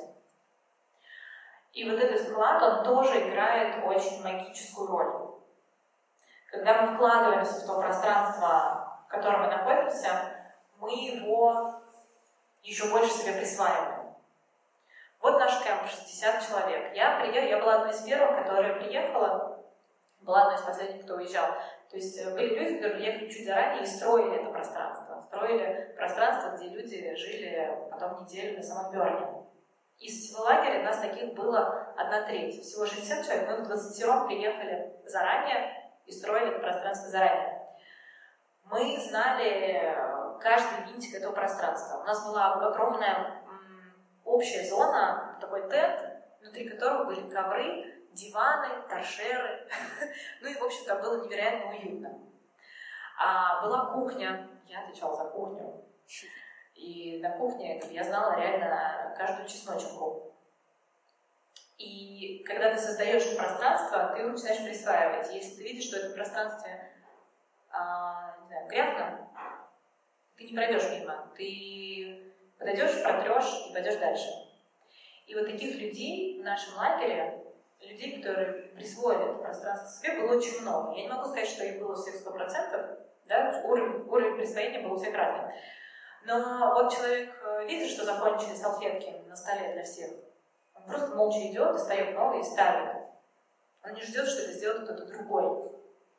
И вот этот вклад, он тоже играет очень магическую роль. Когда мы вкладываемся в то пространство, в котором мы находимся, мы его еще больше себе присваиваем. Вот наш кэмп, шестьдесят человек. Я, приехала, я была одной из первых, которая приехала, была одной из последних, кто уезжал. То есть были люди, которые приехали чуть заранее и строили это пространство. Строили пространство, где люди жили потом неделю на самом Берне. Из всего лагеря нас таких было одна треть. Всего шестьдесят человек, мы в двадцатером приехали заранее и строили это пространство заранее. Мы знали каждый винтик этого пространства. У нас была огромная м, общая зона, такой тент, внутри которого были ковры, диваны, торшеры. Ну и, в общем-то, было невероятно уютно. А была кухня, я отвечала за кухню. И на кухне я знала реально каждую чесночинку. И когда ты создаешь пространство, ты его начинаешь присваивать. Если ты видишь, что это пространстве а, не знаю, грязно, ты не пройдешь мимо. Ты подойдешь, протрешь и пойдешь дальше. И вот таких людей в нашем лагере, людей, которые присвоили это пространство себе, было очень много. Я не могу сказать, что их было у всех сто процентов, да? уровень, уровень присвоения был у всех разный. Но вот человек видит, что закончили салфетки на столе для всех. Он просто молча идет, достает новые и ставит. Он не ждет, что это сделает кто-то другой.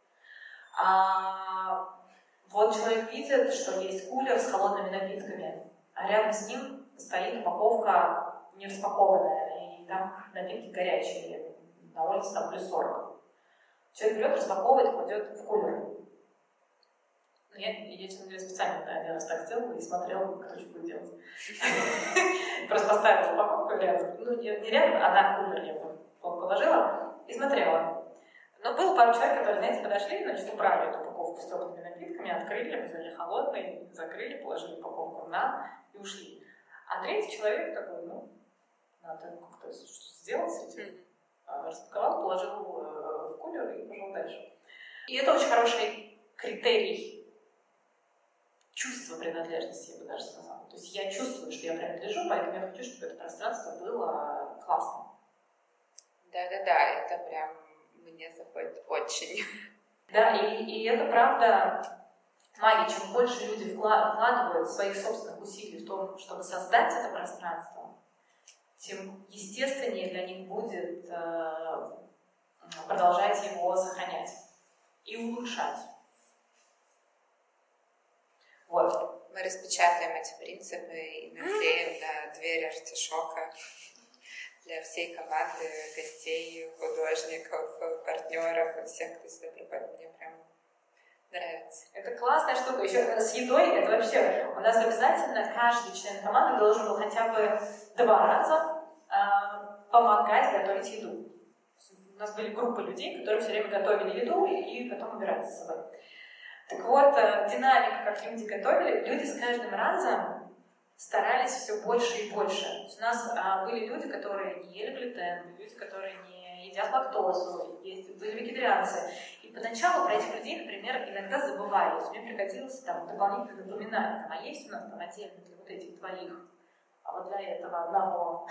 А вот человек видит, что есть кулер с холодными напитками, а рядом с ним стоит упаковка не распакованная, и там напитки горячие. На улице там плюс сорок. Человек берет, распаковывает, кладет в кулер. Я, я, честно говоря, специально да, один раз так сделала и смотрела, кто что будет делать. Просто поставила упаковку рядом. Ну, не рядом, а на кулер я положила и смотрела. Но было пару человек, которые, знаете, подошли, значит, убрали эту упаковку с теплыми напитками, открыли, взяли холодный, закрыли, положили упаковку на и ушли. А третий человек такой, ну, надо как-то сделать с этим. Распаковал, положил в кулер и пошел дальше. И это очень хороший критерий чувства принадлежности, я бы даже сказала. То есть я чувствую, что я принадлежу, поэтому я хочу, чтобы это пространство было классным. Да-да-да, это прям мне заходит очень. Да, и, и это правда магия. Чем больше люди вкладывают своих собственных усилий в том, чтобы создать это пространство, тем естественнее для них будет э, продолжать его сохранять и улучшать. Вот. Мы распечатаем эти принципы и наклеим на дверь артишока для всей команды гостей, художников, партнеров и всех, кто сюда приходит. Мне прям нравится. Это классная штука. Еще с едой это вообще... У нас обязательно каждый член команды должен был хотя бы два раза э, помогать готовить еду. У нас были группы людей, которые все время готовили еду и потом убирали за собой. Так вот, динамика, как люди готовили, люди с каждым разом старались все больше и больше. У нас а, были люди, которые не ели глютен, люди, которые не едят лактозу, есть, были вегетарианцы. И поначалу про этих людей, например, иногда забывали. То есть мне приходилось там дополнительно напоминать, там, а есть у нас там отдельно для вот этих двоих, а вот для этого одного.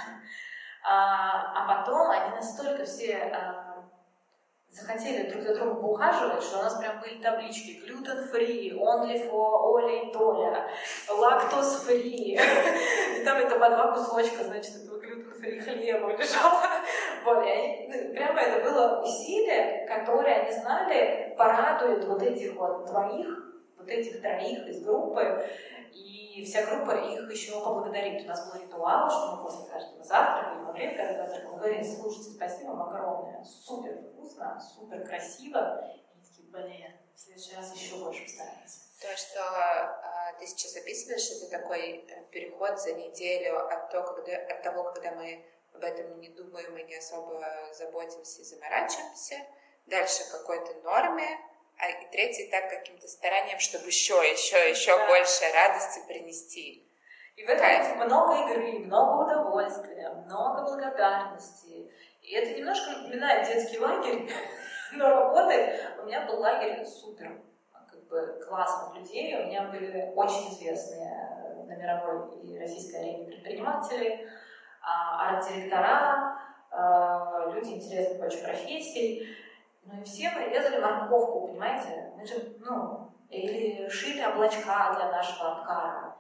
А, а потом они настолько все... А, захотели друг за другом поухаживать, что у нас прям были таблички gluten-free, only for Оля и Толя, lactose-free. И там это по два кусочка, значит, этого gluten-free хлеба лежало. Вот, и они, прямо это было усилие, которое они знали порадует вот этих вот двоих, вот этих троих из группы, и вся группа их еще поблагодарит. У нас был ритуал, что мы после каждого завтрака и во время каждого завтрака мы говорили: слушайте, спасибо вам огромное, супер вкусно, супер красиво. И такие: блин, в следующий раз еще больше постараемся. То, что а, ты сейчас описываешь, это такой переход за неделю от, то, когда, от того, когда мы об этом не думаем и не особо заботимся и заморачиваемся, дальше к какой-то норме, а и третий так каким-то старанием, чтобы еще, еще, еще да. больше радости принести. И в этом Кайф. много игры, много удовольствия, много благодарности. И это немножко напоминает детский лагерь, но работает. У меня был лагерь супер, как бы классных людей. У меня были очень известные на мировой и российской арене предприниматели, арт-директора, люди интересных очень профессий. Ну и все мы резали морковку, понимаете? Мы же, ну, или шили облачка для нашего арткара.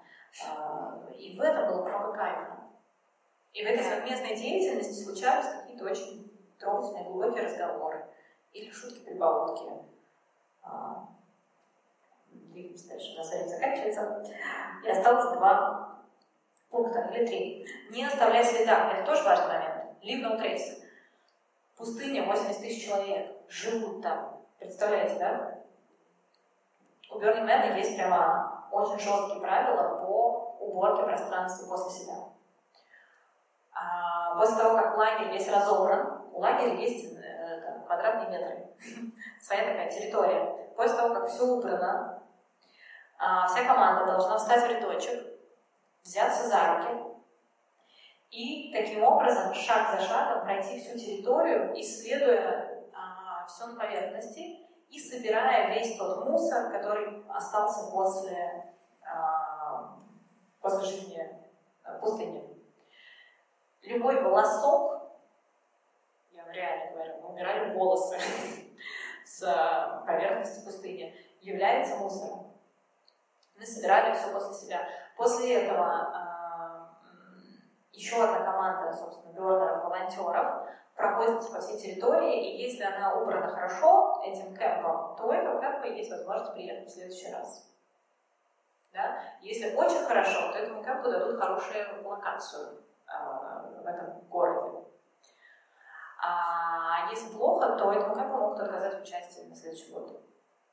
И в этом было много кайфа. И в этой совместной деятельности случались какие-то очень трогательные, глубокие разговоры. Или шутки-прибаутки. Двигаемся дальше, у нас время заканчивается. И осталось два пункта, или три. Не оставляй следа. Это тоже важный момент. Leave no trace. Пустыня, восемьдесят тысяч человек живут там. Представляете, да? У Burning Man есть прямо очень жесткие правила по уборке пространства после себя. А после того, как лагерь весь разобран, у лагеря есть э, там, квадратные метры, своя такая территория. После того, как все убрано, э, вся команда должна встать в рядочек, взяться за руки и таким образом шаг за шагом пройти всю территорию, исследуя а, все на поверхности и собирая весь тот мусор, который остался после, а, после жизни а, пустыни. Любой волосок, я реально говорю, мы убирали волосы с поверхности пустыни, является мусором. Мы собирали все после себя. После этого еще одна команда, собственно, бёрнеров, волонтеров проходится по всей территории, и если она убрана хорошо этим кемпом, то у этого кемпа есть возможность приехать в следующий раз. Да? Если очень хорошо, то этому кемпу дадут хорошую локацию э, в этом городе. А если плохо, то этому кемпу могут отказать в участии на следующий год.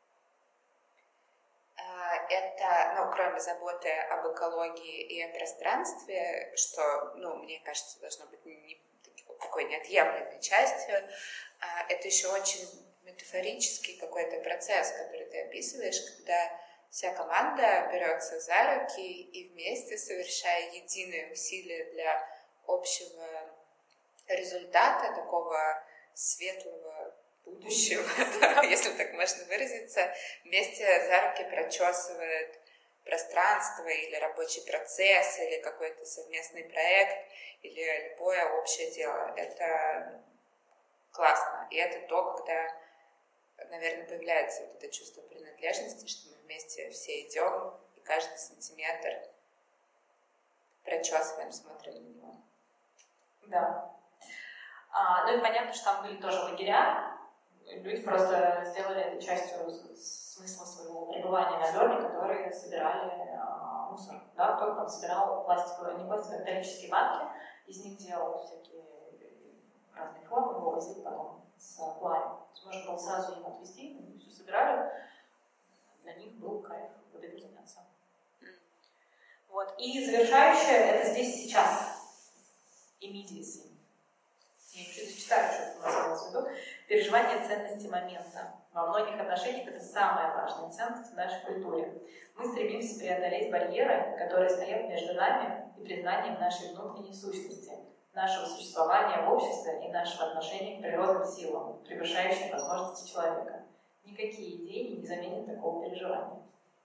Это, ну, кроме заботы об экологии и о пространстве, что, ну, мне кажется, должно быть не, такой неотъемлемой частью, это еще очень метафорический какой-то процесс, который ты описываешь, когда вся команда берется за руки и вместе, совершая единые усилия для общего результата, такого светлого будущего, да, если так можно выразиться, вместе за руки прочесывает пространство или рабочий процесс, или какой-то совместный проект, или любое общее дело. Это классно. И это то, когда, наверное, появляется вот это чувство принадлежности, что мы вместе все идем, и каждый сантиметр прочесываем, смотрим на него. Да. А, ну и понятно, что там были тоже лагеря. Люди просто сделали это частью смысла своего пребывания на Бёрне, которые собирали а, мусор. Да? Кто-то там собирал пластиковые, не пластиковые, а металлические банки, из них делал всякие разные формы, его возили потом с плаем. Можно было сразу им отвезти, они все собирали. Для них был кайф вот этим заняться. Вот. И завершающее это здесь и сейчас. Immediacy. Я чуть зачитаю, что у нас имелось в виду. Переживание ценности момента. Во многих отношениях это самая важная ценность в нашей культуре. Мы стремимся преодолеть барьеры, которые стоят между нами и признанием нашей внутренней сущности, нашего существования в обществе и нашего отношения к природным силам, превышающим возможности человека. Никакие идеи не заменят такого переживания.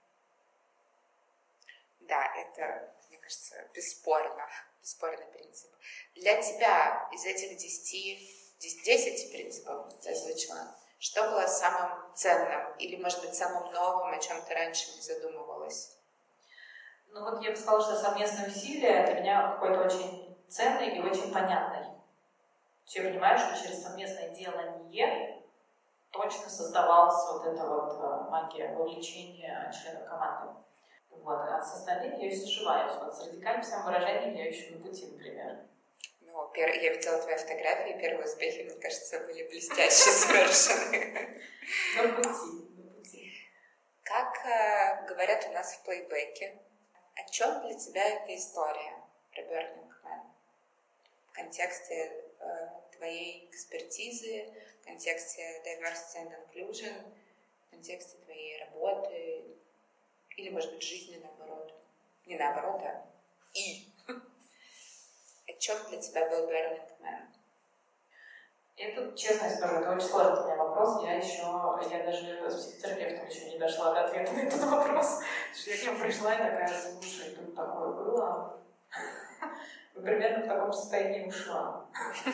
Да, это, мне кажется, бесспорно, бесспорный принцип. Для тебя из этих десяти, десяти принципов ты озвучила, что было самым ценным или, может быть, самым новым, о чем ты раньше не задумывалась? Ну вот я бы сказала, что совместное усилие для меня какой-то очень ценный и очень понятный. Я понимаю, что через совместное делание точно создавалась вот эта вот магия вовлечения членов команды. Вот. А с остальным я еще сживаюсь. Вот с радикальным самовыражением я еще на пути, например. Ну, пер... я видела твои фотографии, первые успехи, мне кажется, были блестяще совершены. На пути, на пути. Как э, говорят у нас в плейбеке, о чем для тебя эта история про Burning Man? В контексте э, твоей экспертизы, в контексте diversity and inclusion, в контексте твоей работы или, может быть, жизни наоборот. Не наоборот, а и. О чем для тебя был Burning Man? Это, честно скажу, это очень сложный для меня вопрос. Я еще, я даже с психотерапевтом еще не дошла до ответа на этот вопрос. Я к нему пришла и такая, слушай, тут такое было. Примерно в таком состоянии ушла.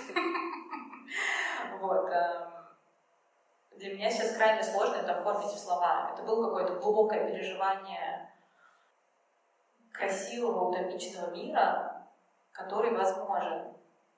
Вот. Для меня сейчас крайне сложно это оформить в слова. Это было какое-то глубокое переживание красивого, утопичного мира, который возможен.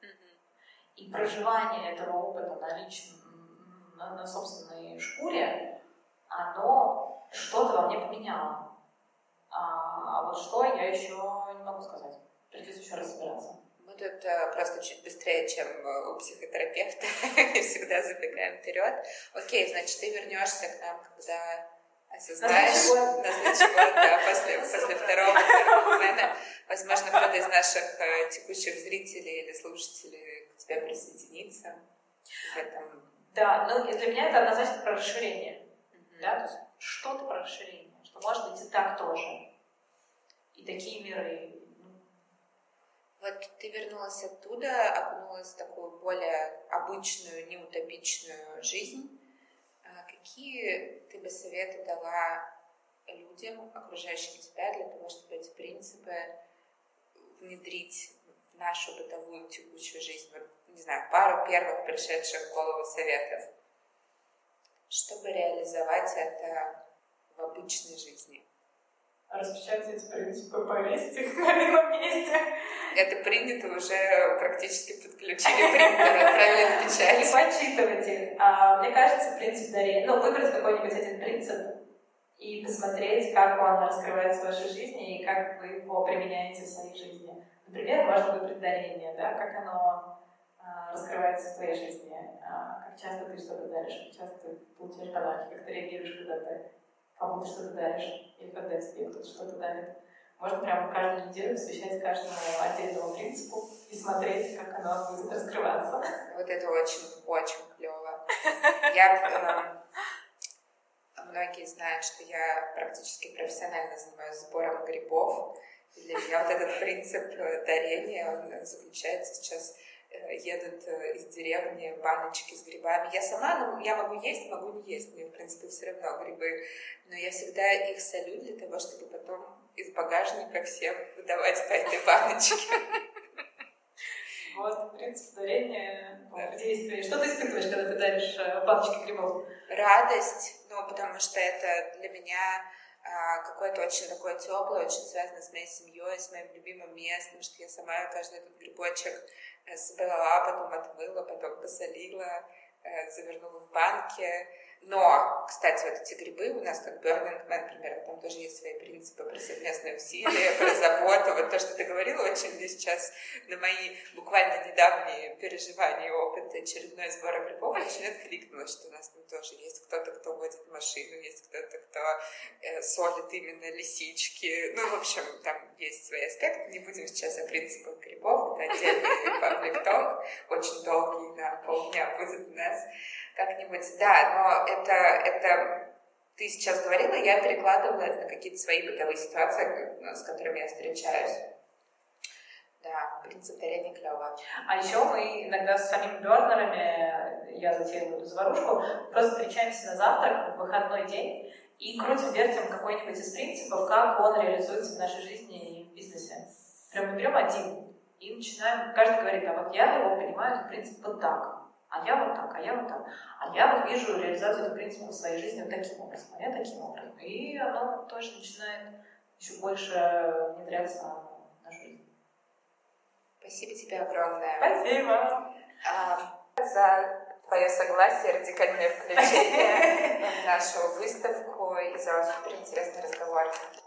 И проживание этого опыта на личном, на, на собственной шкуре, оно что-то во мне поменяло. А, а вот что, я еще не могу сказать. Придется еще разбираться. Мы тут а, просто чуть быстрее, чем у психотерапевта, всегда забегаем вперед. Окей, значит, ты вернешься к нам, когда осознаешь на следующий год, да, после, после второго феномена. Возможно, кто-то из наших а, текущих зрителей или слушателей к тебе присоединится в этом. Да, ну и для меня это однозначно про расширение. Mm-hmm. Да, то есть что-то про расширение, что может быть и так тоже. И такие миры. Вот ты вернулась оттуда, окунулась в такую более обычную, неутопичную жизнь. Какие ты бы советы дала людям, окружающим тебя, для того, чтобы эти принципы внедрить в нашу бытовую текущую жизнь? Вот, не знаю, пару первых пришедших в голову советов, чтобы реализовать это в обычной жизни. Распечатать эти принципы, повесить их на видном месте. Это принято уже, практически подключили принтер, отправили в печать. И почитывать их. А, мне кажется, принцип дарения. Ну, выбрать какой-нибудь один принцип и посмотреть, как он раскрывается в вашей жизни и как вы его применяете в своей жизни. Например, можно выбрать дарение, да, как оно а, раскрывается в твоей жизни, а, как часто ты что-то даришь, как часто ты получаешь подарки, как ты реагируешь, когда ты кому-то что-то даришь, или когда тебе кто-то что-то дарит. Можно прямо каждую неделю посвящать каждому отдельному принципу и смотреть, как оно будет раскрываться. Вот это очень-очень клево. Я, э, многие знают, что я практически профессионально занимаюсь сбором грибов. И для меня вот этот принцип дарения, он заключается сейчас едут из деревни баночки с грибами. Я сама, ну, я могу есть, могу не есть. Мне, в принципе, все равно грибы. Но я всегда их солю для того, чтобы потом из багажника всем выдавать по этой баночке. Вот, принцип дарения в действии. Что ты испытываешь, когда ты даришь баночки грибов? Радость, ну, потому что это для меня какое-то очень такое теплое, очень связано с моей семьей, с моим любимым местом, что я сама каждый этот грибочек собрала, потом отмыла, потом посолила, завернула в банки. Но, кстати, вот эти грибы у нас как Burning Man, например, там тоже есть свои принципы про совместное усилие, про заботу. Вот то, что ты говорила, очень мне сейчас на мои буквально недавние переживания и опыт очередной сбора грибов очень откликнулось, что у нас там тоже есть кто-то, кто водит машину, есть кто-то, кто э, солит именно лисички. Ну, в общем, там есть свои аспекты. Не будем сейчас о принципах грибов, это отдельный паблик ток, очень долгий, на полдня будет у нас как-нибудь. Да, но это, это ты сейчас говорила, я перекладывала это на какие-то свои бытовые ситуации, с которыми я встречаюсь. Да, принцип дарения клёво. А еще мы иногда с самими бернерами, я затеяла эту заварушку, просто встречаемся на завтрак в выходной день и крутим-вертим какой-нибудь из принципов, как он реализуется в нашей жизни и в бизнесе. Прям мы берем один и начинаем, каждый говорит, а вот я его понимаю, этот принцип вот так. А я вот так, а я вот так. А я вот вижу реализацию этого принципа в своей жизни вот таким образом, а я таким образом. И оно тоже начинает еще больше внедряться в нашу жизнь. Спасибо тебе огромное. Спасибо. А, за твое согласие, радикальное включение в нашу выставку и за супер интересный разговор.